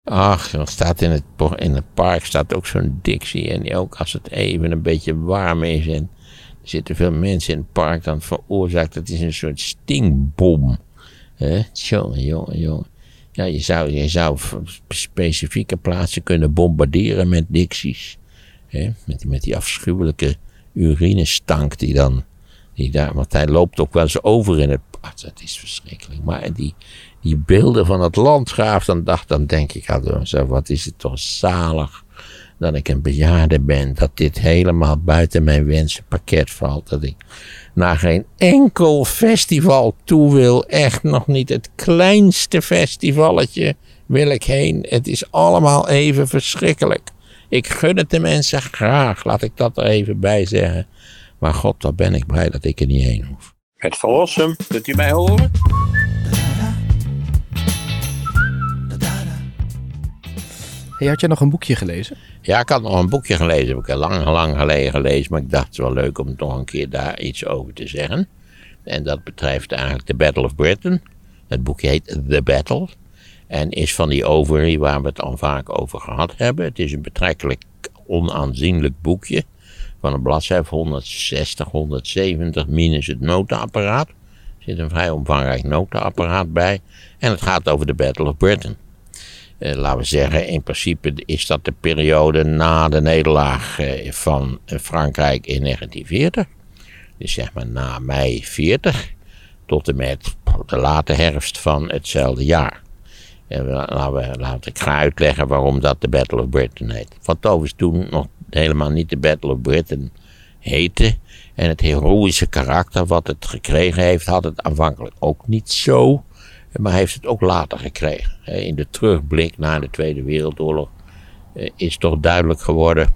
Ach, er staat in het park staat ook zo'n Dixie. En ook als het even een beetje warm is en er zitten veel mensen in het park, dan veroorzaakt het een soort stinkbom. Jongen. Ja, je zou specifieke plaatsen kunnen bombarderen met Dixies. Met die afschuwelijke urinestank want hij loopt ook wel eens over in het park. Dat is verschrikkelijk. Maar die beelden van het landschap, dan denk ik altijd zo, wat is het toch zalig dat ik een bejaarde ben, dat dit helemaal buiten mijn wensenpakket valt, dat ik naar geen enkel festival toe wil, echt nog niet het kleinste festivalletje wil ik heen. Het is allemaal even verschrikkelijk. Ik gun het de mensen graag, laat ik dat er even bij zeggen. Maar god, dan ben ik blij dat ik er niet heen hoef. Het verlossen, kunt u mij horen? Hey, had jij nog een boekje gelezen? Ja, ik had nog een boekje gelezen. Heb ik lang geleden gelezen. Maar ik dacht, het is wel leuk om nog een keer daar iets over te zeggen. En dat betreft eigenlijk The Battle of Britain. Het boekje heet The Battle. En is van die Overy waar we het al vaak over gehad hebben. Het is een betrekkelijk onaanzienlijk boekje. Van een bladzijde 160, 170 minus het notenapparaat. Er zit een vrij omvangrijk notenapparaat bij. En het gaat over de Battle of Britain. Laten we zeggen, in principe is dat de periode na de nederlaag van Frankrijk in 1940. Dus zeg maar na mei 40 tot en met de late herfst van hetzelfde jaar. Laat ik gaan uitleggen waarom dat de Battle of Britain heet. Wat overigens toen nog helemaal niet de Battle of Britain heette. En het heroïsche karakter wat het gekregen heeft, had het aanvankelijk ook niet zo. Maar heeft het ook later gekregen. In de terugblik naar de Tweede Wereldoorlog is toch duidelijk geworden.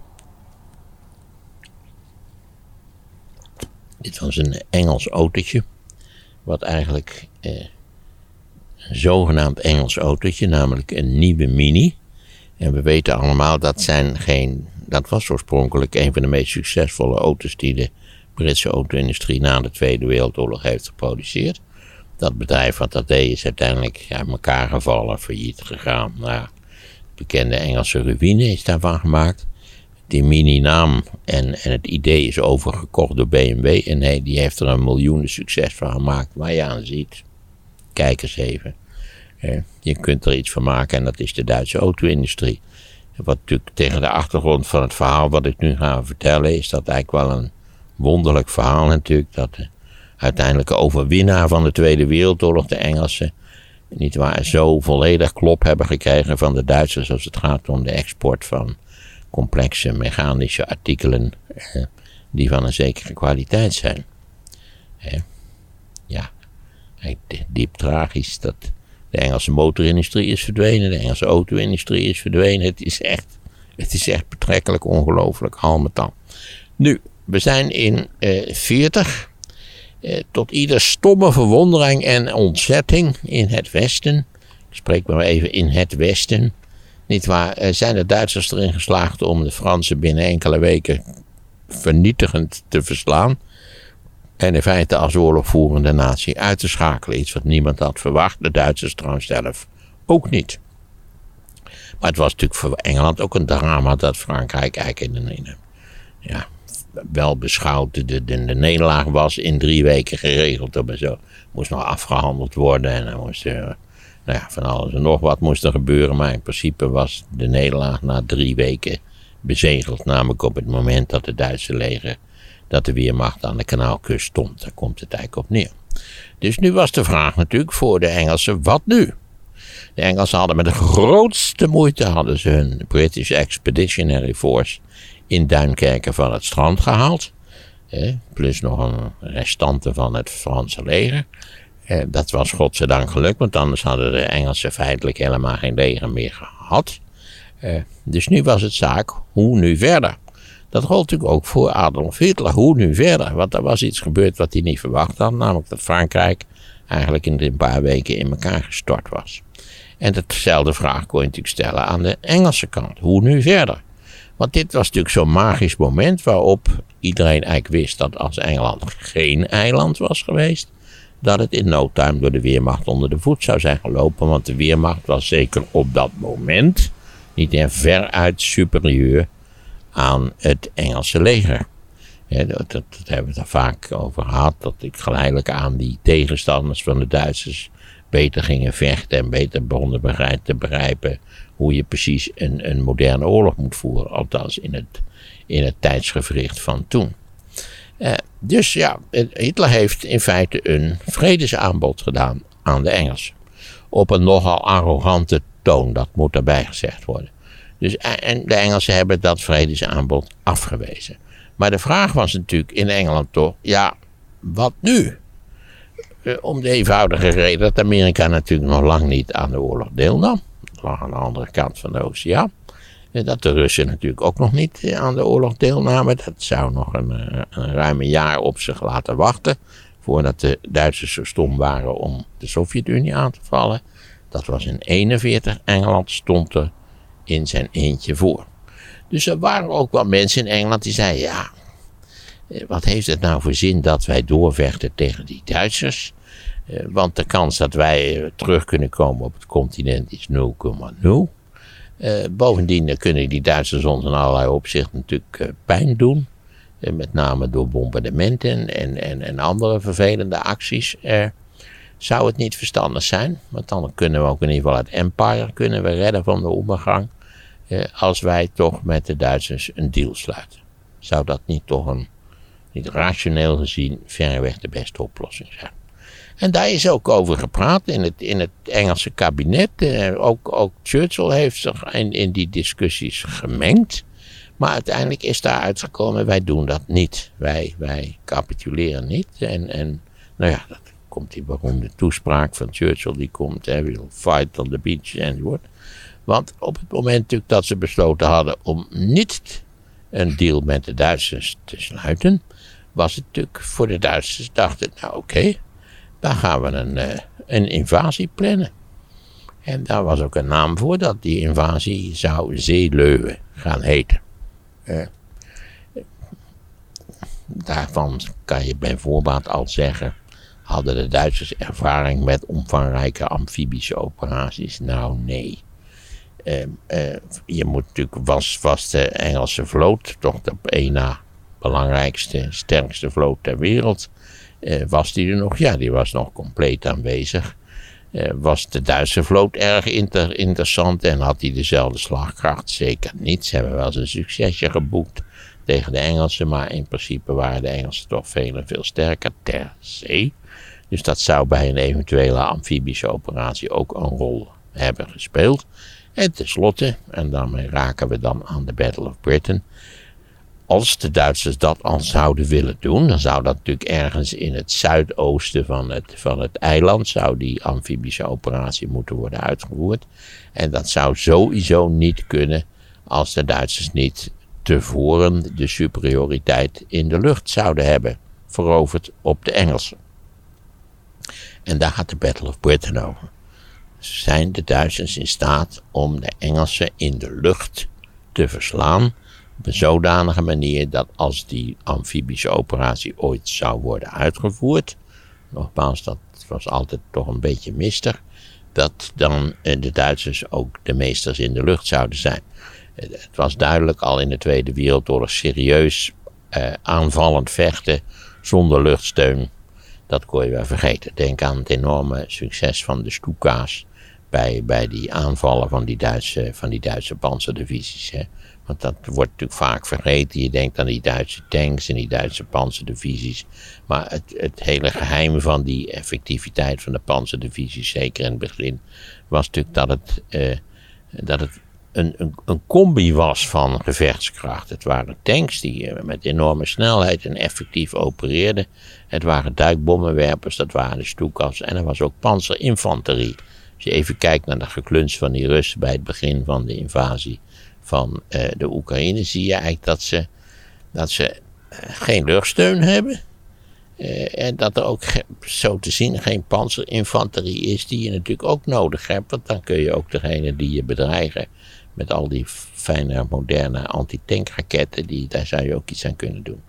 Dit was een Engels autootje. Wat eigenlijk een zogenaamd Engels autootje, namelijk een nieuwe Mini. En we weten allemaal dat was oorspronkelijk een van de meest succesvolle auto's die de Britse auto-industrie na de Tweede Wereldoorlog heeft geproduceerd. Dat bedrijf wat dat deed is uiteindelijk uit elkaar gevallen, failliet gegaan. Nou, de bekende Engelse ruïne is daarvan gemaakt. Die Mini-naam en het idee is overgekocht door BMW. En die heeft er een miljoenen succes van gemaakt. Waar je aan ziet, kijk eens even. Je kunt er iets van maken en dat is de Duitse auto-industrie. Wat natuurlijk tegen de achtergrond van het verhaal wat ik nu ga vertellen, is dat eigenlijk wel een wonderlijk verhaal natuurlijk. Dat de uiteindelijke overwinnaar van de Tweede Wereldoorlog, de Engelsen, nietwaar, zo volledig klop hebben gekregen van de Duitsers als het gaat om de export van complexe mechanische artikelen die van een zekere kwaliteit zijn. Ja, diep tragisch dat de Engelse motorindustrie is verdwenen, de Engelse auto-industrie is verdwenen. Het is echt betrekkelijk ongelooflijk, al met al. Nu, we zijn in 40. Tot ieder stomme verwondering en ontzetting in het Westen, ik spreek maar even in het Westen, nietwaar, zijn de Duitsers erin geslaagd om de Fransen binnen enkele weken vernietigend te verslaan. En in feite als oorlogvoerende natie uit te schakelen. Iets wat niemand had verwacht, de Duitsers trouwens zelf ook niet. Maar het was natuurlijk voor Engeland ook een drama dat Frankrijk eigenlijk in wel beschouwd de nederlaag was in 3 weken geregeld. Maar zo moest nog afgehandeld worden en dan moest van alles en nog wat moest er gebeuren. Maar in principe was de nederlaag na 3 weken bezegeld. Namelijk op het moment dat het Duitse leger, dat de Wehrmacht aan de Kanaalkust stond. Daar komt het eigenlijk op neer. Dus nu was de vraag natuurlijk voor de Engelsen, wat nu? De Engelsen hadden met de grootste moeite hun British Expeditionary Force in Duinkerken van het strand gehaald. Plus nog een restante van het Franse leger. Dat was godzijdank gelukt, want anders hadden de Engelsen feitelijk helemaal geen leger meer gehad. Dus nu was het zaak, hoe nu verder? Dat gold natuurlijk ook voor Adolf Hitler. Hoe nu verder? Want er was iets gebeurd wat hij niet verwacht had. Namelijk dat Frankrijk eigenlijk in een paar weken in elkaar gestort was. En dezelfde vraag kon je natuurlijk stellen aan de Engelse kant. Hoe nu verder? Want dit was natuurlijk zo'n magisch moment waarop iedereen eigenlijk wist dat als Engeland geen eiland was geweest, dat het in no time door de Wehrmacht onder de voet zou zijn gelopen. Want de Wehrmacht was zeker op dat moment niet in veruit superieur aan het Engelse leger. Dat hebben we er vaak over gehad, dat ik geleidelijk aan die tegenstanders van de Duitsers beter gingen vechten en beter begonnen te begrijpen hoe je precies een moderne oorlog moet voeren. Althans in het tijdsgewricht van toen. Dus ja, Hitler heeft in feite een vredesaanbod gedaan aan de Engelsen. Op een nogal arrogante toon, dat moet erbij gezegd worden. Dus, en de Engelsen hebben dat vredesaanbod afgewezen. Maar de vraag was natuurlijk in Engeland toch, ja, wat nu? Om de eenvoudige reden dat Amerika natuurlijk nog lang niet aan de oorlog deelnam. Dat lag aan de andere kant van de oceaan. Dat de Russen natuurlijk ook nog niet aan de oorlog deelnamen. Dat zou nog een ruime jaar op zich laten wachten. Voordat de Duitsers zo stom waren om de Sovjet-Unie aan te vallen. Dat was in 1941. Engeland stond er in zijn eentje voor. Dus er waren ook wel mensen in Engeland die zeiden, ja, wat heeft het nou voor zin dat wij doorvechten tegen die Duitsers? Want de kans dat wij terug kunnen komen op het continent is 0,0. Bovendien kunnen die Duitsers ons in allerlei opzichten natuurlijk pijn doen. Met name door bombardementen en andere vervelende acties. Zou het niet verstandig zijn? Want dan kunnen we ook in ieder geval het Empire redden van de ondergang. Als wij toch met de Duitsers een deal sluiten. Zou dat niet toch niet rationeel gezien verreweg de beste oplossing zijn? En daar is ook over gepraat in het Engelse kabinet. Ook Churchill heeft zich in die discussies gemengd. Maar uiteindelijk is daar uitgekomen, wij doen dat niet. Wij capituleren niet. En nou ja, dat komt die beroemde toespraak van Churchill, die komt, we'll fight on the beach enzovoort. Want op het moment natuurlijk dat ze besloten hadden om niet een deal met de Duitsers te sluiten, was het natuurlijk voor de Duitsers, dachten, nou oké, dan gaan we een invasie plannen. En daar was ook een naam voor, dat die invasie zou Zeeleuwen gaan heten. Daarvan kan je bij voorbaat al zeggen, hadden de Duitsers ervaring met omvangrijke amfibische operaties? Nou, nee. Je moet natuurlijk, was de Engelse vloot toch de op één na belangrijkste, sterkste vloot ter wereld. Was die er nog? Ja, die was nog compleet aanwezig. Was de Duitse vloot erg interessant en had die dezelfde slagkracht? Zeker niet. Ze hebben wel eens een succesje geboekt tegen de Engelsen, maar in principe waren de Engelsen toch veel sterker ter zee. Dus dat zou bij een eventuele amfibische operatie ook een rol hebben gespeeld. En tenslotte, en daarmee raken we dan aan de Battle of Britain. Als de Duitsers dat al zouden willen doen, dan zou dat natuurlijk ergens in het zuidoosten van het eiland, zou die amfibische operatie moeten worden uitgevoerd. En dat zou sowieso niet kunnen als de Duitsers niet tevoren de superioriteit in de lucht zouden hebben veroverd op de Engelsen. En daar gaat de Battle of Britain over. Zijn de Duitsers in staat om de Engelsen in de lucht te verslaan op een zodanige manier dat als die amfibische operatie ooit zou worden uitgevoerd, nogmaals, dat was altijd toch een beetje mistig, dat dan de Duitsers ook de meesters in de lucht zouden zijn. Het was duidelijk al in de Tweede Wereldoorlog serieus aanvallend vechten zonder luchtsteun. Dat kon je wel vergeten. Denk aan het enorme succes van de Stuka's bij die aanvallen van die Duitse panzerdivisies. Hè. Want dat wordt natuurlijk vaak vergeten. Je denkt aan die Duitse tanks en die Duitse panzerdivisies. Maar het hele geheim van die effectiviteit van de panzerdivisies, zeker in het begin, was natuurlijk dat het een combi was van gevechtskracht. Het waren tanks die met enorme snelheid en effectief opereerden. Het waren duikbommenwerpers, dat waren de Stukas. En er was ook panzerinfanterie. Als je even kijkt naar de gekluns van die Russen bij het begin van de invasie van de Oekraïne, zie je eigenlijk dat ze geen luchtsteun hebben. En dat er ook zo te zien geen panzerinfanterie is die je natuurlijk ook nodig hebt. Want dan kun je ook degene die je bedreigen met al die fijne moderne antitankraketten, daar zou je ook iets aan kunnen doen.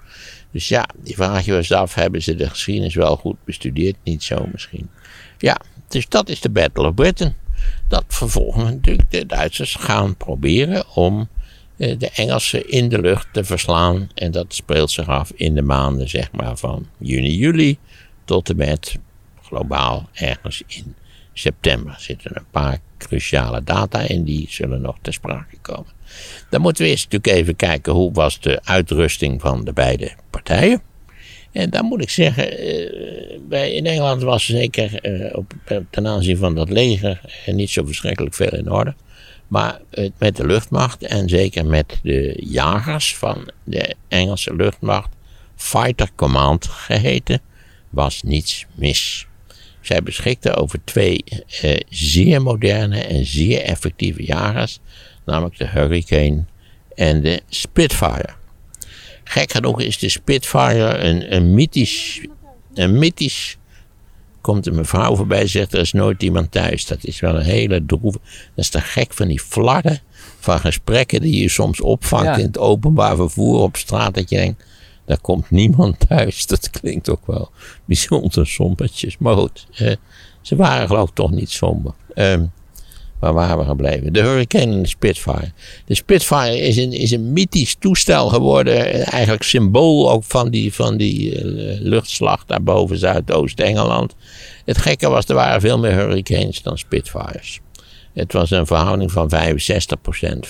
Dus ja, die vraag je eens af, hebben ze de geschiedenis wel goed bestudeerd? Niet zo misschien. Ja, dus dat is de Battle of Britain. Dat vervolgens natuurlijk de Duitsers gaan proberen om de Engelsen in de lucht te verslaan. En dat speelt zich af in de maanden zeg maar van juni, juli tot en met globaal ergens in september. Er zitten een paar cruciale data in, die zullen nog ter sprake komen. Dan moeten we eerst natuurlijk even kijken hoe was de uitrusting van de beide partijen. En dan moet ik zeggen, in Engeland was zeker ten aanzien van dat leger niet zo verschrikkelijk veel in orde. Maar met de luchtmacht en zeker met de jagers van de Engelse luchtmacht, Fighter Command geheten, was niets mis. Zij beschikten over 2 zeer moderne en zeer effectieve jagers, namelijk de Hurricane en de Spitfire. Gek genoeg is de Spitfire een mythisch. Komt een mevrouw voorbij en zegt, er is nooit iemand thuis. Dat is wel een hele droeve. Dat is te gek van die flarden van gesprekken die je soms opvangt in het openbaar vervoer op straat. Dat je denkt, daar komt niemand thuis. Dat klinkt ook wel bijzonder sombertjes. Maar goed, ze waren geloof ik toch niet somber. Waar waren we gebleven? De Hurricane en de Spitfire. De Spitfire is een mythisch toestel geworden. Eigenlijk symbool ook van die luchtslag daar boven Zuidoost-Engeland. Het gekke was, er waren veel meer Hurricanes dan Spitfires. Het was een verhouding van 65%, 35%.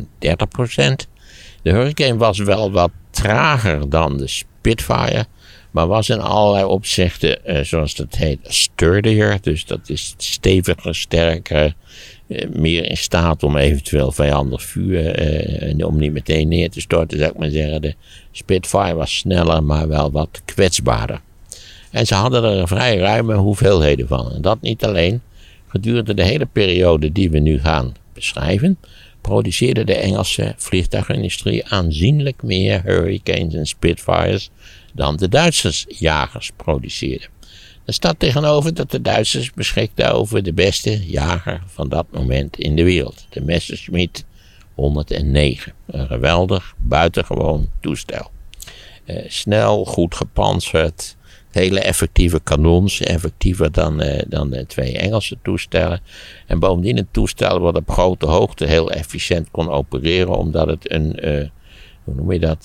De Hurricane was wel wat trager dan de Spitfire. Maar was in allerlei opzichten, zoals dat heet, sturdier. Dus dat is steviger, sterker. Meer in staat om eventueel vijandig vuur, om niet meteen neer te storten, zou ik maar zeggen. De Spitfire was sneller, maar wel wat kwetsbaarder. En ze hadden er vrij ruime hoeveelheden van. En dat niet alleen. Gedurende de hele periode die we nu gaan beschrijven, produceerde de Engelse vliegtuigindustrie aanzienlijk meer Hurricanes en Spitfires dan de Duitsers jagers produceerden. Er staat tegenover dat de Duitsers beschikten over de beste jager van dat moment in de wereld. De Messerschmitt 109. Een geweldig, buitengewoon toestel. Snel, goed gepantserd. Hele effectieve kanons. Effectiever dan de 2 Engelse toestellen. En bovendien een toestel wat op grote hoogte heel efficiënt kon opereren. Omdat het hoe noem je dat?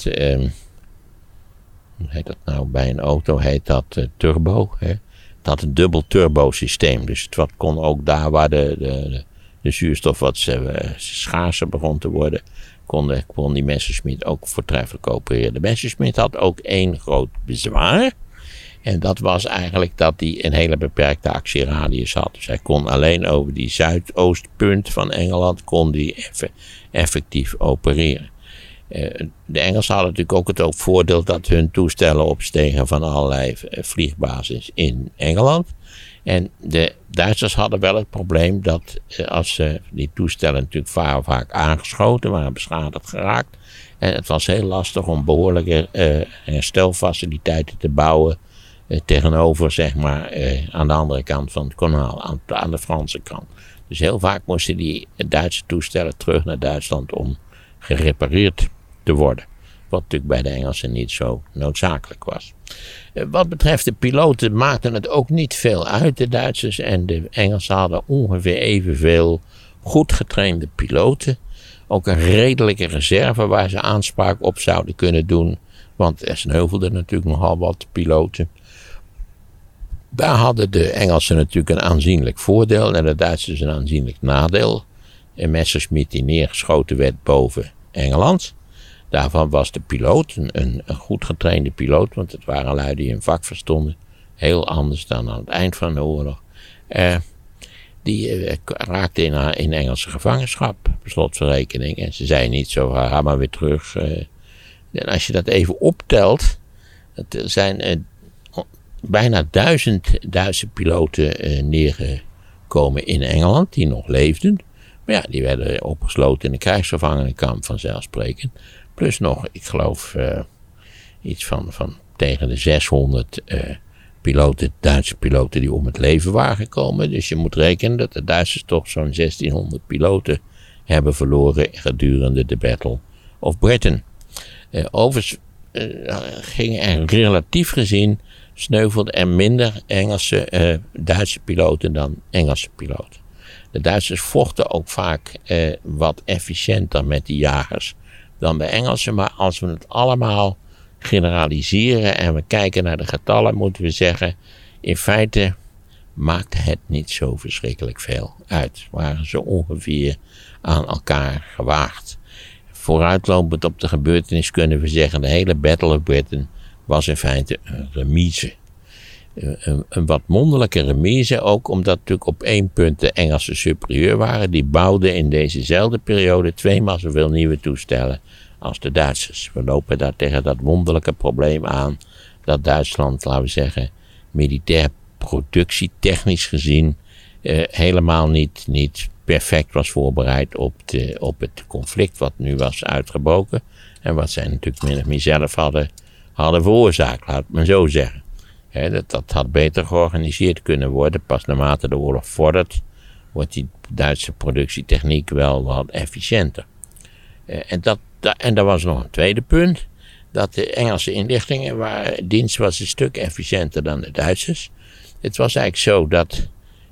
Hoe heet dat nou? Bij een auto heet dat turbo. Hè? Het had een dubbel turbo systeem. Dus het kon ook daar waar de zuurstof wat schaarser begon te worden, kon die Messerschmitt ook voortreffelijk opereren. De Messerschmitt had ook 1 groot bezwaar. En dat was eigenlijk dat hij een hele beperkte actieradius had. Dus hij kon alleen over die zuidoostpunt van Engeland kon die effectief opereren. De Engelsen hadden natuurlijk ook het voordeel dat hun toestellen opstegen van allerlei vliegbases in Engeland. En de Duitsers hadden wel het probleem dat als die toestellen natuurlijk vaak aangeschoten waren, beschadigd geraakt. En het was heel lastig om behoorlijke herstelfaciliteiten te bouwen tegenover, zeg maar, aan de andere kant van het kanaal, aan de Franse kant. Dus heel vaak moesten die Duitse toestellen terug naar Duitsland om gerepareerd te worden. Wat natuurlijk bij de Engelsen niet zo noodzakelijk was. Wat betreft de piloten maakten het ook niet veel uit. De Duitsers en de Engelsen hadden ongeveer evenveel goed getrainde piloten. Ook een redelijke reserve waar ze aanspraak op zouden kunnen doen. Want er sneuvelden natuurlijk nogal wat piloten. Daar hadden de Engelsen natuurlijk een aanzienlijk voordeel en de Duitsers een aanzienlijk nadeel. Een Messerschmitt die neergeschoten werd boven Engeland. Daarvan was de piloot, een goed getrainde piloot, want het waren lui die een vak verstonden. Heel anders dan aan het eind van de oorlog. Die raakte in Engelse gevangenschap, per slot van rekening. En ze zei niet zo, ga maar weer terug. En als je dat even optelt, er zijn bijna 1000 Duitse piloten neergekomen in Engeland, die nog leefden. Maar ja, die werden opgesloten in een krijgsgevangenenkamp vanzelfsprekend. Plus nog, ik geloof, iets van tegen de 600 piloten, Duitse piloten die om het leven waren gekomen. Dus je moet rekenen dat de Duitsers toch zo'n 1600 piloten hebben verloren gedurende de Battle of Britain. Overigens gingen er relatief gezien sneuvelden er minder Duitse piloten dan Engelse piloten. De Duitsers vochten ook vaak wat efficiënter met die jagers dan de Engelsen. Maar als we het allemaal generaliseren en we kijken naar de getallen, moeten we zeggen, in feite maakte het niet zo verschrikkelijk veel uit. Waren ze ongeveer aan elkaar gewaagd. Vooruitlopend op de gebeurtenis kunnen we zeggen, de hele Battle of Britain was in feite een remise. Een wat monderlijke remise, ook omdat natuurlijk op 1 punt de Engelsen superieur waren. Die bouwden in dezezelfde periode 2 maal zoveel nieuwe toestellen als de Duitsers. We lopen daar tegen dat wonderlijke probleem aan dat Duitsland, laten we zeggen, militair productietechnisch gezien helemaal niet perfect was voorbereid op het conflict wat nu was uitgebroken. En wat zij natuurlijk min of meer zelf hadden veroorzaakt, laat het maar zo zeggen. Dat had beter georganiseerd kunnen worden. Pas naarmate de oorlog vordert, wordt die Duitse productietechniek wel wat efficiënter. En er was nog een tweede punt. Dat de Engelse inlichtingendienst was een stuk efficiënter dan de Duitsers. Het was eigenlijk zo dat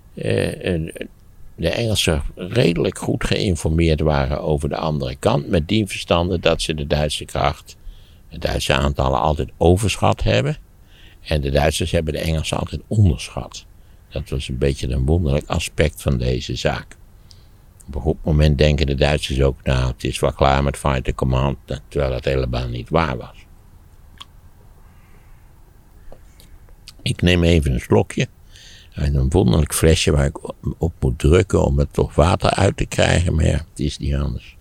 de Engelsen redelijk goed geïnformeerd waren over de andere kant. Met dien verstande dat ze de Duitse kracht, de Duitse aantallen altijd overschat hebben. En de Duitsers hebben de Engelsen altijd onderschat. Dat was een beetje een wonderlijk aspect van deze zaak. Op een goed moment denken de Duitsers ook, nou, het is wel klaar met Fighter Command, terwijl dat helemaal niet waar was. Ik neem even een slokje uit een wonderlijk flesje waar ik op moet drukken om er toch water uit te krijgen, maar ja, het is niet anders.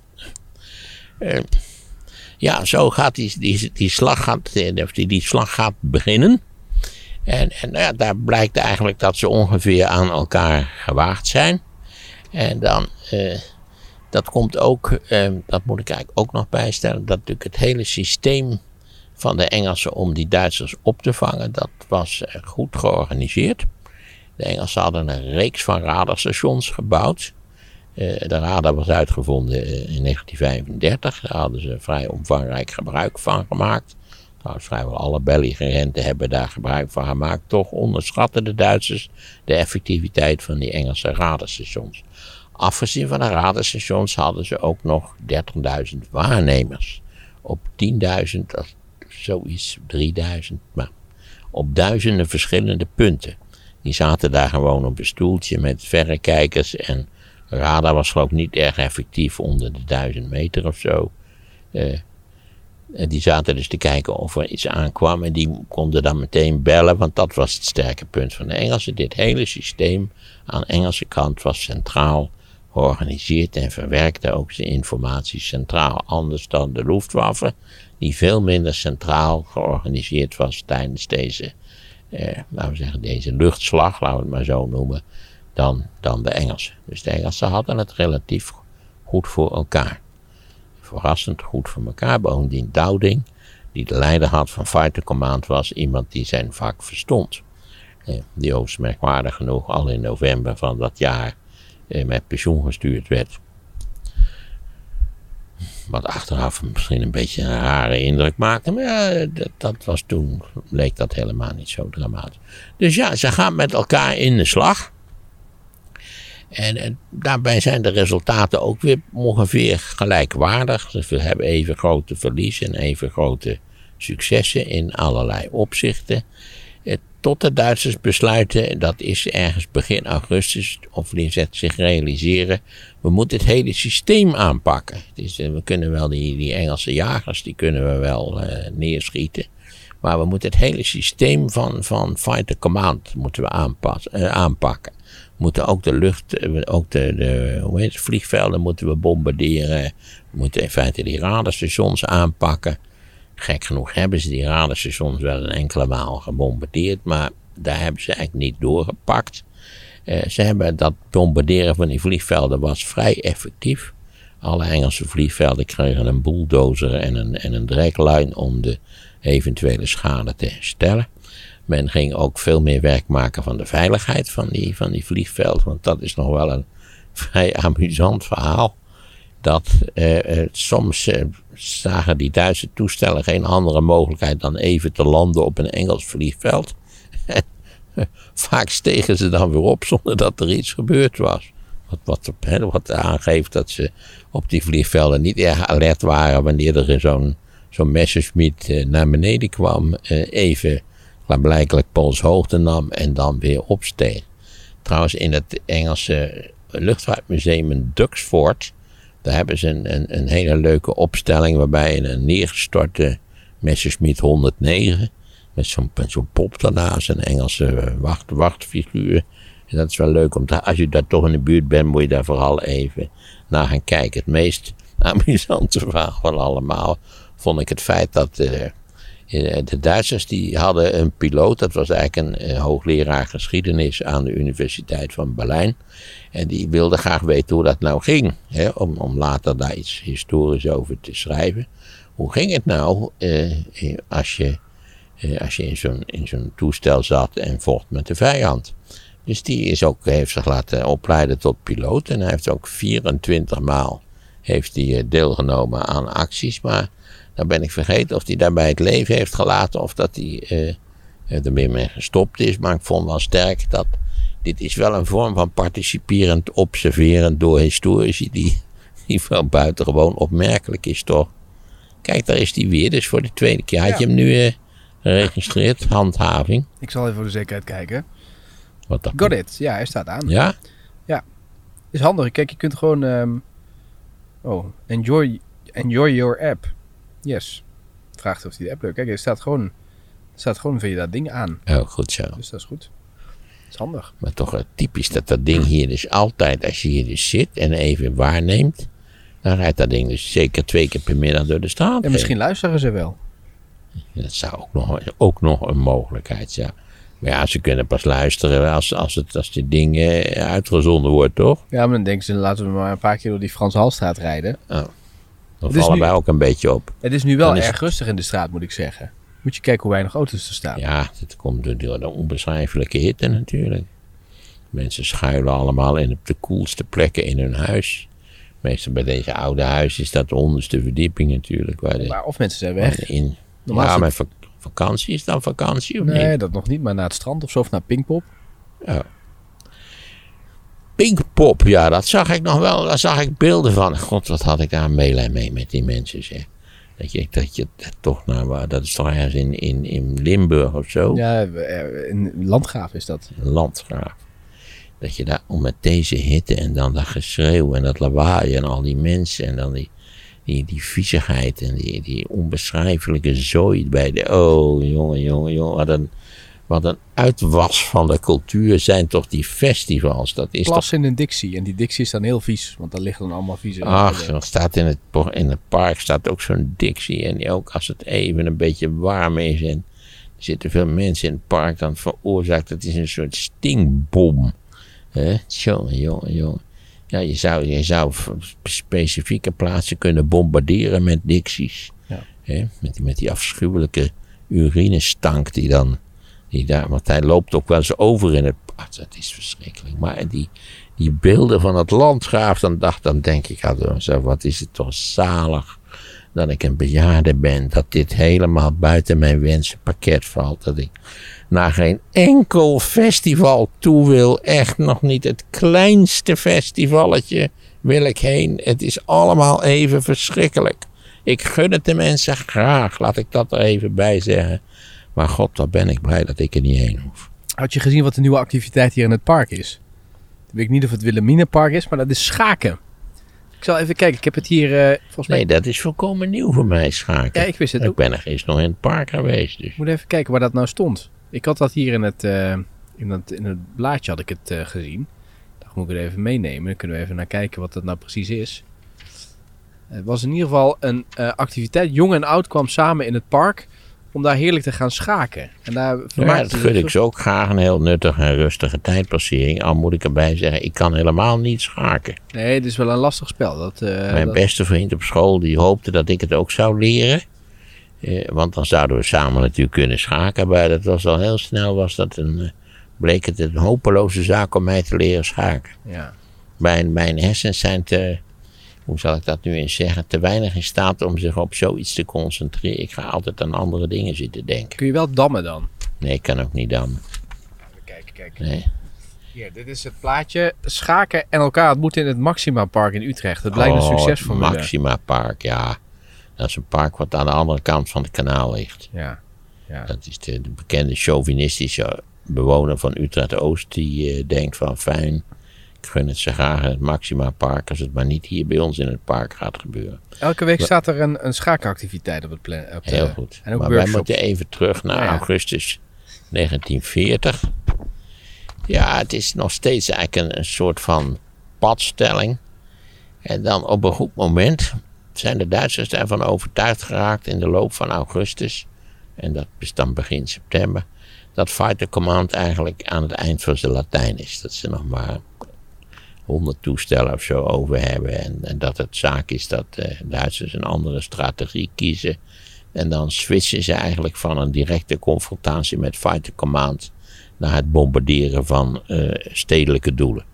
Zo gaat die slag gaat beginnen. En daar blijkt eigenlijk dat ze ongeveer aan elkaar gewaagd zijn. En dan, dat komt ook, dat moet ik eigenlijk ook nog bijstellen, dat natuurlijk het hele systeem van de Engelsen om die Duitsers op te vangen, dat was goed georganiseerd. De Engelsen hadden een reeks van radarstations gebouwd. De radar was uitgevonden in 1935. Daar hadden ze vrij omvangrijk gebruik van gemaakt. Trouwens, vrijwel alle belligerenten hebben daar gebruik van gemaakt. Toch onderschatten de Duitsers de effectiviteit van die Engelse radarstations. Afgezien van de radarstations hadden ze ook nog 30.000 waarnemers. Op 10.000, zoiets, 3.000, maar op duizenden verschillende punten. Die zaten daar gewoon op een stoeltje met verrekijkers en radar was geloof ik niet erg effectief onder de 1000 meter of zo. En die zaten dus te kijken of er iets aankwam en die konden dan meteen bellen, want dat was het sterke punt van de Engelsen. Dit hele systeem aan Engelse kant was centraal georganiseerd en verwerkte ook zijn informatie centraal. Anders dan de Luftwaffe, die veel minder centraal georganiseerd was tijdens deze, laten we zeggen, deze luchtslag, laten we het maar zo noemen, dan de Engelsen. Dus de Engelsen hadden het relatief goed voor elkaar. Verrassend goed voor elkaar. Bovendien Dowding, die de leider had van Fighter Command, was iemand die zijn vak verstond. Die overigens merkwaardig genoeg al in november van dat jaar met pensioen gestuurd werd. Wat achteraf misschien een beetje een rare indruk maakte. Maar ja, dat was toen, leek dat helemaal niet zo dramatisch. Dus ja, ze gaan met elkaar in de slag. En daarbij zijn de resultaten ook weer ongeveer gelijkwaardig. Ze hebben even grote verliezen en even grote successen in allerlei opzichten. Tot de Duitsers besluiten, dat is ergens begin augustus, of die zich realiseren, we moeten het hele systeem aanpakken. We kunnen wel die Engelse jagers, die kunnen we wel neerschieten. Maar we moeten het hele systeem van Fighter Command moeten we aanpakken. We moeten ook de lucht, ook de vliegvelden moeten we bombarderen. We moeten in feite die radarstations aanpakken. Gek genoeg hebben ze die radarstations wel een enkele maal gebombardeerd, maar daar hebben ze eigenlijk niet doorgepakt. Ze hebben dat bombarderen van die vliegvelden was vrij effectief. Alle Engelse vliegvelden kregen een bulldozer en een draglijn om de eventuele schade te herstellen. Men ging ook veel meer werk maken van de veiligheid van die vliegvelden, want dat is nog wel een vrij amusant verhaal. dat soms zagen die Duitse toestellen geen andere mogelijkheid dan even te landen op een Engels vliegveld. Vaak stegen ze dan weer op zonder dat er iets gebeurd was. Wat aangeeft dat ze op die vliegvelden niet erg alert waren wanneer er zo'n Messerschmitt naar beneden kwam. Even klaarblijkelijk polshoogte nam en dan weer opsteeg. Trouwens, in het Engelse luchtvaartmuseum in Duxford, daar hebben ze een hele leuke opstelling waarbij een neergestorte Messerschmitt 109 met zo'n pop daarnaast, een Engelse wachtfiguur. En dat is wel leuk, als je daar toch in de buurt bent, moet je daar vooral even naar gaan kijken. Het meest amusante verhaal van allemaal vond ik het feit dat de Duitsers die hadden een piloot, dat was eigenlijk een hoogleraar geschiedenis aan de Universiteit van Berlijn. En die wilde graag weten hoe dat nou ging, om later daar iets historisch over te schrijven. Hoe ging het nou als je in zo'n toestel zat en vocht met de vijand? Dus die heeft zich laten opleiden tot piloot. En hij heeft ook 24 maal deelgenomen aan acties. Maar dan ben ik vergeten of hij daarbij het leven heeft gelaten of dat hij er weer mee gestopt is. Maar ik vond wel sterk dat dit is wel een vorm van participerend observeren door historici die wel buitengewoon opmerkelijk is, toch? Kijk, daar is hij weer. Dus voor de tweede keer. Had je hem nu geregistreerd? Handhaving. Ik zal even voor de zekerheid kijken. Wat dan? Got it. Ja, hij staat aan. Ja? Ja. Is handig. Kijk, je kunt gewoon... enjoy your app. Yes. Vraagt of hij de app leuk. Kijk, er staat gewoon via dat ding aan. Oh, goed zo. Dus dat is goed. Dat is handig. Maar toch typisch dat ding hier dus altijd, als je hier dus zit en even waarneemt, dan rijdt dat ding dus zeker 2 keer per middag door de straat. En misschien luisteren ze wel. Dat zou ook nog een mogelijkheid zijn. Maar ja, ze kunnen pas luisteren als dit ding uitgezonden wordt, toch? Ja, maar dan denken ze, laten we maar een paar keer door die Frans Halstraat rijden. Oh. Dan vallen wij ook een beetje op. Het is nu wel erg rustig in de straat, moet ik zeggen. Moet je kijken hoe weinig auto's er staan. Ja, dat komt door de onbeschrijfelijke hitte natuurlijk. Mensen schuilen allemaal op de koelste plekken in hun huis. Meestal bij deze oude huizen is dat de onderste verdieping natuurlijk. Maar of mensen zijn weg. Maar vakantie is dan vakantie of niet? Nee, dat nog niet. Maar naar het strand of zo, of naar Pinkpop. Oh. Pinkpop, ja, dat zag ik nog wel. Daar zag ik beelden van. God, wat had ik daar meelijn mee met die mensen, zeg. Dat je toch dat is toch ergens in Limburg of zo? Ja, in Landgraaf is dat. Landgraaf. Dat je daar met deze hitte en dan dat geschreeuw en dat lawaai en al die mensen en dan die viezigheid en die onbeschrijfelijke zooi bij de... Oh, jongen. Wat een uitwas van de cultuur zijn toch die festivals. Dat is Plas in een Dixie. En die Dixie is dan heel vies. Want daar liggen dan allemaal vieze... Ach, er staat in het park staat ook zo'n Dixie. En ook als het even een beetje warm is en er zitten veel mensen in het park, dan veroorzaakt het is een soort stinkbom. Jongen. Ja, je zou specifieke plaatsen kunnen bombarderen met Dixies. Ja. Met die afschuwelijke urinestank die daar, want hij loopt ook wel eens over in het park. Dat is verschrikkelijk. Maar die beelden van het landgraaf, dan denk ik, wat is het toch zalig dat ik een bejaarde ben. Dat dit helemaal buiten mijn wensenpakket valt. Dat ik naar geen enkel festival toe wil. Echt nog niet het kleinste festivalletje wil ik heen. Het is allemaal even verschrikkelijk. Ik gun het de mensen graag, laat ik dat er even bij zeggen. Maar god, wat ben ik blij dat ik er niet heen hoef. Had je gezien wat de nieuwe activiteit hier in het park is? Ik weet niet of het Wilhelminapark is, maar dat is schaken. Ik zal even kijken, ik heb het hier volgens mij... Nee, dat is volkomen nieuw voor mij, schaken. Ja, ik wist het ook. Ik ben er eens nog in het park geweest. Dus. Ik moet even kijken waar dat nou stond. Ik had dat hier in het blaadje had ik het gezien. Dan moet ik het even meenemen. Dan kunnen we even naar kijken wat dat nou precies is. Het was in ieder geval een activiteit. Jong en oud kwam samen in het park om daar heerlijk te gaan schaken. En daar dat gun ik ze ook graag, een heel nuttige en rustige tijdpassering. Al moet ik erbij zeggen, ik kan helemaal niet schaken. Nee, het is wel een lastig spel. Mijn beste vriend op school die hoopte dat ik het ook zou leren. Want dan zouden we samen natuurlijk kunnen schaken. Maar dat was al heel snel, bleek het een hopeloze zaak om mij te leren schaken. Ja. Mijn hersens zijn te hoe zal ik dat nu eens zeggen, te weinig in staat om zich op zoiets te concentreren. Ik ga altijd aan andere dingen zitten denken. Kun je wel dammen dan? Nee, ik kan ook niet dammen. Even kijken. Nee. Hier, dit is het plaatje. Schaken en elkaar ontmoeten in het Maxima Park in Utrecht. Dat blijkt een succesformule. Maxima Park, ja. Dat is een park wat aan de andere kant van het kanaal ligt. Ja. Dat is de bekende chauvinistische bewoner van Utrecht-Oost die denkt van fijn, ik gun het ze graag in het Maxima Park als het maar niet hier bij ons in het park gaat gebeuren. Elke week staat er een schaakactiviteit op het plan. Heel goed. En ook maar workshops. wij moeten even terug naar augustus 1940. Ja, het is nog steeds eigenlijk een soort van padstelling. En dan op een goed moment zijn de Duitsers ervan overtuigd geraakt in de loop van augustus, en dat is dan begin september, dat Fighter Command eigenlijk aan het eind van zijn Latijn is. Dat ze nog maar 100 toestellen of zo over hebben. En dat het zaak is dat Duitsers een andere strategie kiezen. En dan switchen ze eigenlijk van een directe confrontatie met Fighter Command naar het bombarderen van stedelijke doelen.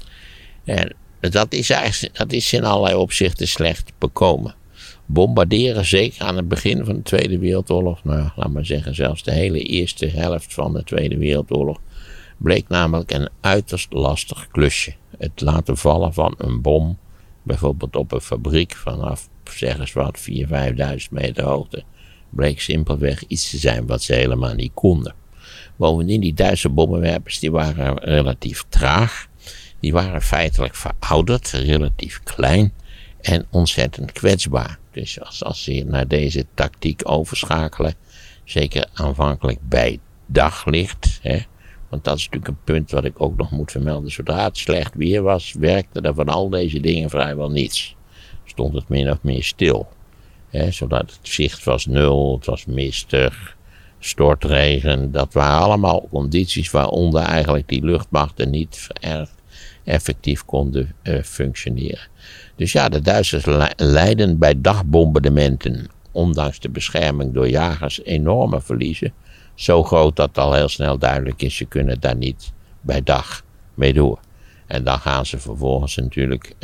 En dat is in allerlei opzichten slecht bekomen. Bombarderen, zeker aan het begin van de Tweede Wereldoorlog, nou laat maar zeggen zelfs de hele eerste helft van de Tweede Wereldoorlog, bleek namelijk een uiterst lastig klusje. Het laten vallen van een bom, bijvoorbeeld op een fabriek vanaf, zeg eens wat, 4.000, 5.000 meter hoogte, bleek simpelweg iets te zijn wat ze helemaal niet konden. Bovendien, die Duitse bommenwerpers, die waren relatief traag. Die waren feitelijk verouderd, relatief klein en ontzettend kwetsbaar. Dus als ze naar deze tactiek overschakelen, zeker aanvankelijk bij daglicht, want dat is natuurlijk een punt wat ik ook nog moet vermelden. Zodra het slecht weer was, werkte er van al deze dingen vrijwel niets. Stond het min of meer stil. Zodat het zicht was nul, het was mistig, stortregen. Dat waren allemaal condities waaronder eigenlijk die luchtmachten niet erg effectief konden functioneren. Dus ja, de Duitsers lijden bij dagbombardementen, ondanks de bescherming door jagers, enorme verliezen. Zo groot dat al heel snel duidelijk is, ze kunnen daar niet bij dag mee door. En dan gaan ze vervolgens natuurlijk,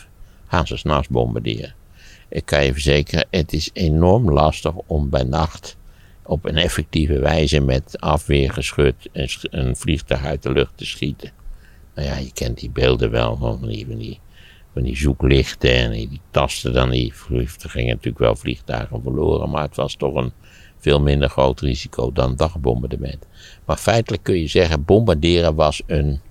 's nachts bombarderen. Ik kan je verzekeren, het is enorm lastig om bij nacht op een effectieve wijze met afweergeschut een vliegtuig uit de lucht te schieten. Nou ja, je kent die beelden wel van die zoeklichten en die tasten dan die vliegtuigen. Er gingen natuurlijk wel vliegtuigen verloren, maar het was toch een veel minder groot risico dan dagbombardement. Maar feitelijk kun je zeggen, bombarderen was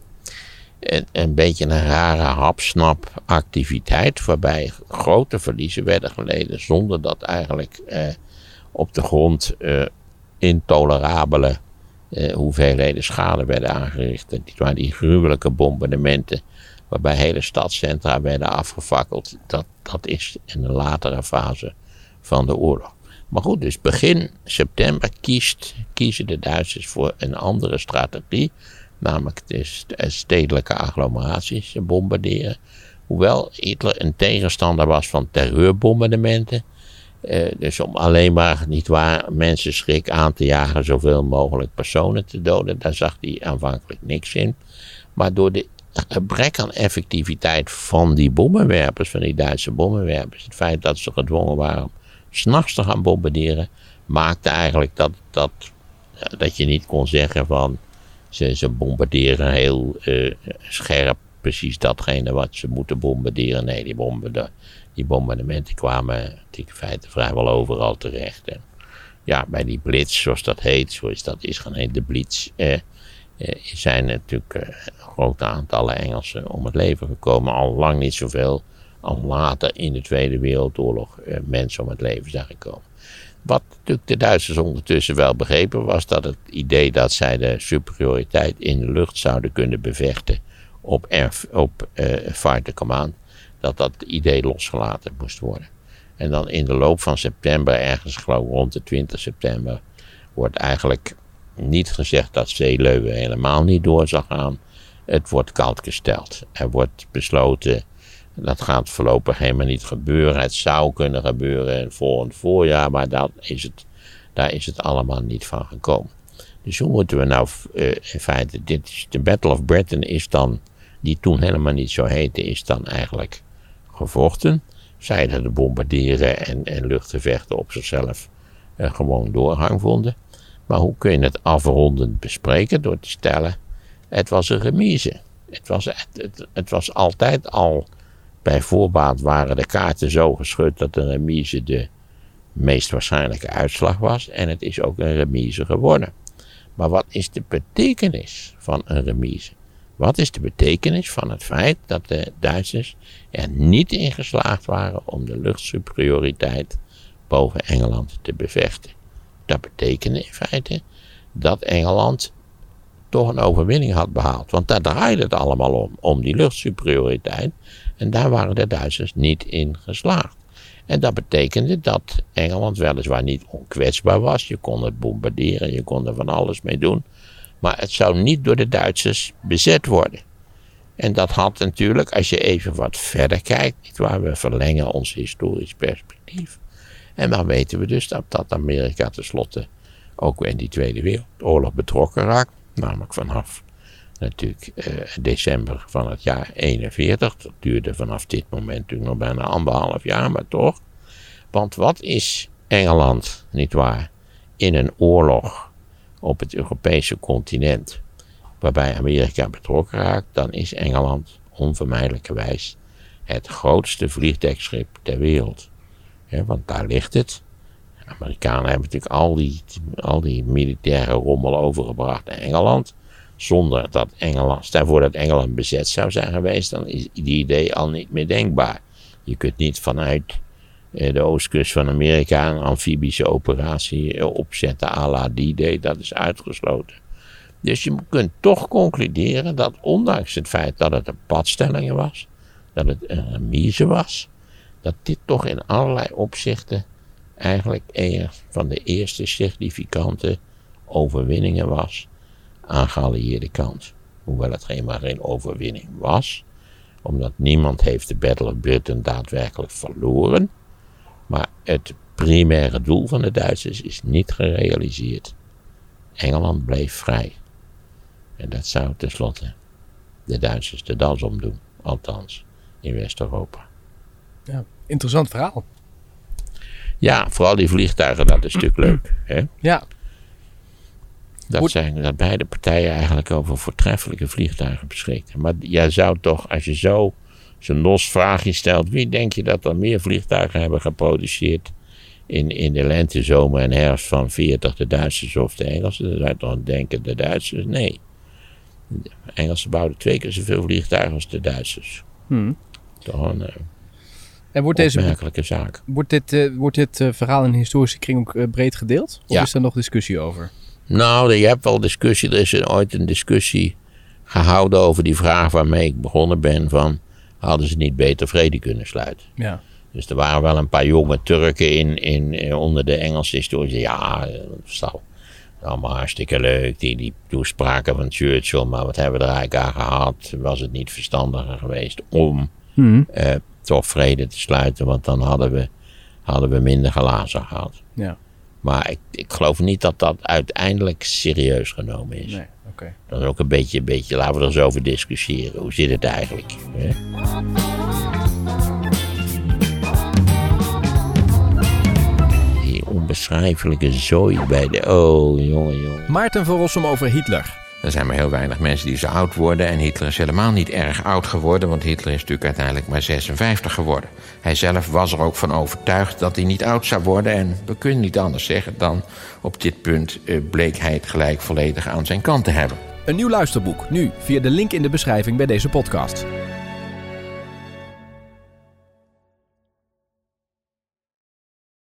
een beetje een rare hapsnap activiteit, waarbij grote verliezen werden geleden zonder dat eigenlijk op de grond intolerabele hoeveelheden schade werden aangericht. Het waren die gruwelijke bombardementen waarbij hele stadscentra werden afgefakkeld. Dat is in een latere fase van de oorlog. Maar goed, dus begin september kiezen de Duitsers voor een andere strategie. Namelijk de stedelijke agglomeraties bombarderen. Hoewel Hitler een tegenstander was van terreurbombardementen. Dus om alleen maar, nietwaar, mensen schrik aan te jagen, zoveel mogelijk personen te doden. Daar zag hij aanvankelijk niks in. Maar door de gebrek aan effectiviteit van die bommenwerpers, van die Duitse bommenwerpers, het feit dat ze gedwongen waren om 's nachts te gaan bombarderen, maakte eigenlijk dat je niet kon zeggen van ze bombarderen heel scherp precies datgene wat ze moeten bombarderen. Nee, die bombardementen kwamen in feite vrijwel overal terecht. En ja, bij die blitz, zoals dat heet, zoals dat is gaan heten, de blitz, zijn natuurlijk grote aantallen Engelsen om het leven gekomen. Al lang niet zoveel, al later in de Tweede Wereldoorlog mensen om het leven zijn gekomen. Wat natuurlijk de Duitsers ondertussen wel begrepen was, dat het idee dat zij de superioriteit in de lucht zouden kunnen bevechten op Fighter Command, dat idee losgelaten moest worden. En dan in de loop van september, ergens geloof ik rond de 20 september, wordt eigenlijk niet gezegd dat Seelöwe helemaal niet door zal gaan. Het wordt koud gesteld. Er wordt besloten, dat gaat voorlopig helemaal niet gebeuren. Het zou kunnen gebeuren in het volgend voorjaar, maar daar is het allemaal niet van gekomen. Dus hoe moeten we nou in feite, de Battle of Britain is dan, die toen helemaal niet zo heette, is dan eigenlijk gevochten. Zij dat het bombarderen en luchtgevechten op zichzelf gewoon doorgang vonden. Maar hoe kun je het afrondend bespreken? Door te stellen, het was een remise. Het was altijd al, bij voorbaat waren de kaarten zo geschud dat een remise de meest waarschijnlijke uitslag was. En het is ook een remise geworden. Maar wat is de betekenis van een remise? Wat is de betekenis van het feit dat de Duitsers er niet in geslaagd waren om de luchtsuperioriteit boven Engeland te bevechten? Dat betekende in feite dat Engeland toch een overwinning had behaald. Want daar draaide het allemaal om die luchtsuperioriteit. En daar waren de Duitsers niet in geslaagd. En dat betekende dat Engeland weliswaar niet onkwetsbaar was. Je kon het bombarderen, je kon er van alles mee doen. Maar het zou niet door de Duitsers bezet worden. En dat had natuurlijk, als je even wat verder kijkt, nietwaar, we verlengen ons historisch perspectief. En dan weten we dus dat Amerika tenslotte ook in die Tweede Wereldoorlog betrokken raakt. Namelijk vanaf natuurlijk december van het jaar 41. Dat duurde vanaf dit moment natuurlijk nog bijna 1,5 jaar, maar toch. Want wat is Engeland, nietwaar, in een oorlog op het Europese continent, waarbij Amerika betrokken raakt, dan is Engeland onvermijdelijkerwijs het grootste vliegdekschip ter wereld. Ja, want daar ligt het. De Amerikanen hebben natuurlijk al die militaire rommel overgebracht naar Engeland. Zonder dat Engeland, stel voor dat Engeland bezet zou zijn geweest, dan is die idee al niet meer denkbaar. Je kunt niet vanuit de oostkust van Amerika een amfibische operatie opzetten à la D-Day, dat is uitgesloten. Dus je kunt toch concluderen dat ondanks het feit dat het een padstelling was, dat het een remise was, dat dit toch in allerlei opzichten eigenlijk een van de eerste significante overwinningen was aan geallieerde kant. Hoewel het helemaal geen overwinning was, omdat niemand heeft de Battle of Britain daadwerkelijk verloren, maar het primaire doel van de Duitsers is niet gerealiseerd. Engeland bleef vrij. En dat zou tenslotte de Duitsers de das omdoen, althans in West-Europa. Ja, interessant verhaal. Ja, vooral die vliegtuigen, dat is natuurlijk leuk. Hè? Ja. Dat beide partijen eigenlijk over voortreffelijke vliegtuigen beschikten. Maar jij zou toch, als je zo'n los vraagje stelt, wie denk je dat er meer vliegtuigen hebben geproduceerd in de lente, zomer en herfst van 40, de Duitsers of de Engelsen? Dan zou je toch denken, de Duitsers? Nee. De Engelsen bouwden 2 keer zoveel vliegtuigen als de Duitsers. Toch een opmerkelijke zaak. Wordt dit verhaal in de historische kring ook breed gedeeld? Of is er nog discussie over? Nou, je hebt wel discussie. Er is ooit een discussie gehouden over die vraag waarmee ik begonnen ben van, hadden ze niet beter vrede kunnen sluiten? Ja. Dus er waren wel een paar jonge Turken onder de Engelse historici. Ja, dat is allemaal hartstikke leuk. Die toespraken van Churchill. Maar wat hebben we er eigenlijk aan gehad? Was het niet verstandiger geweest om toch vrede te sluiten? Want dan hadden we minder glazen gehad. Ja. Maar ik geloof niet dat dat uiteindelijk serieus genomen is. Nee, oké. Dat is ook een beetje, laten we er eens over discussiëren. Hoe zit het eigenlijk? Hè? Die onbeschrijfelijke zooi bij de... Oh, jongen. Maarten van Rossum over Hitler. Er zijn maar heel weinig mensen die zo oud worden. En Hitler is helemaal niet erg oud geworden. Want Hitler is natuurlijk uiteindelijk maar 56 geworden. Hij zelf was er ook van overtuigd dat hij niet oud zou worden. En we kunnen niet anders zeggen dan op dit punt bleek hij het gelijk volledig aan zijn kant te hebben. Een nieuw luisterboek, nu via de link in de beschrijving bij deze podcast.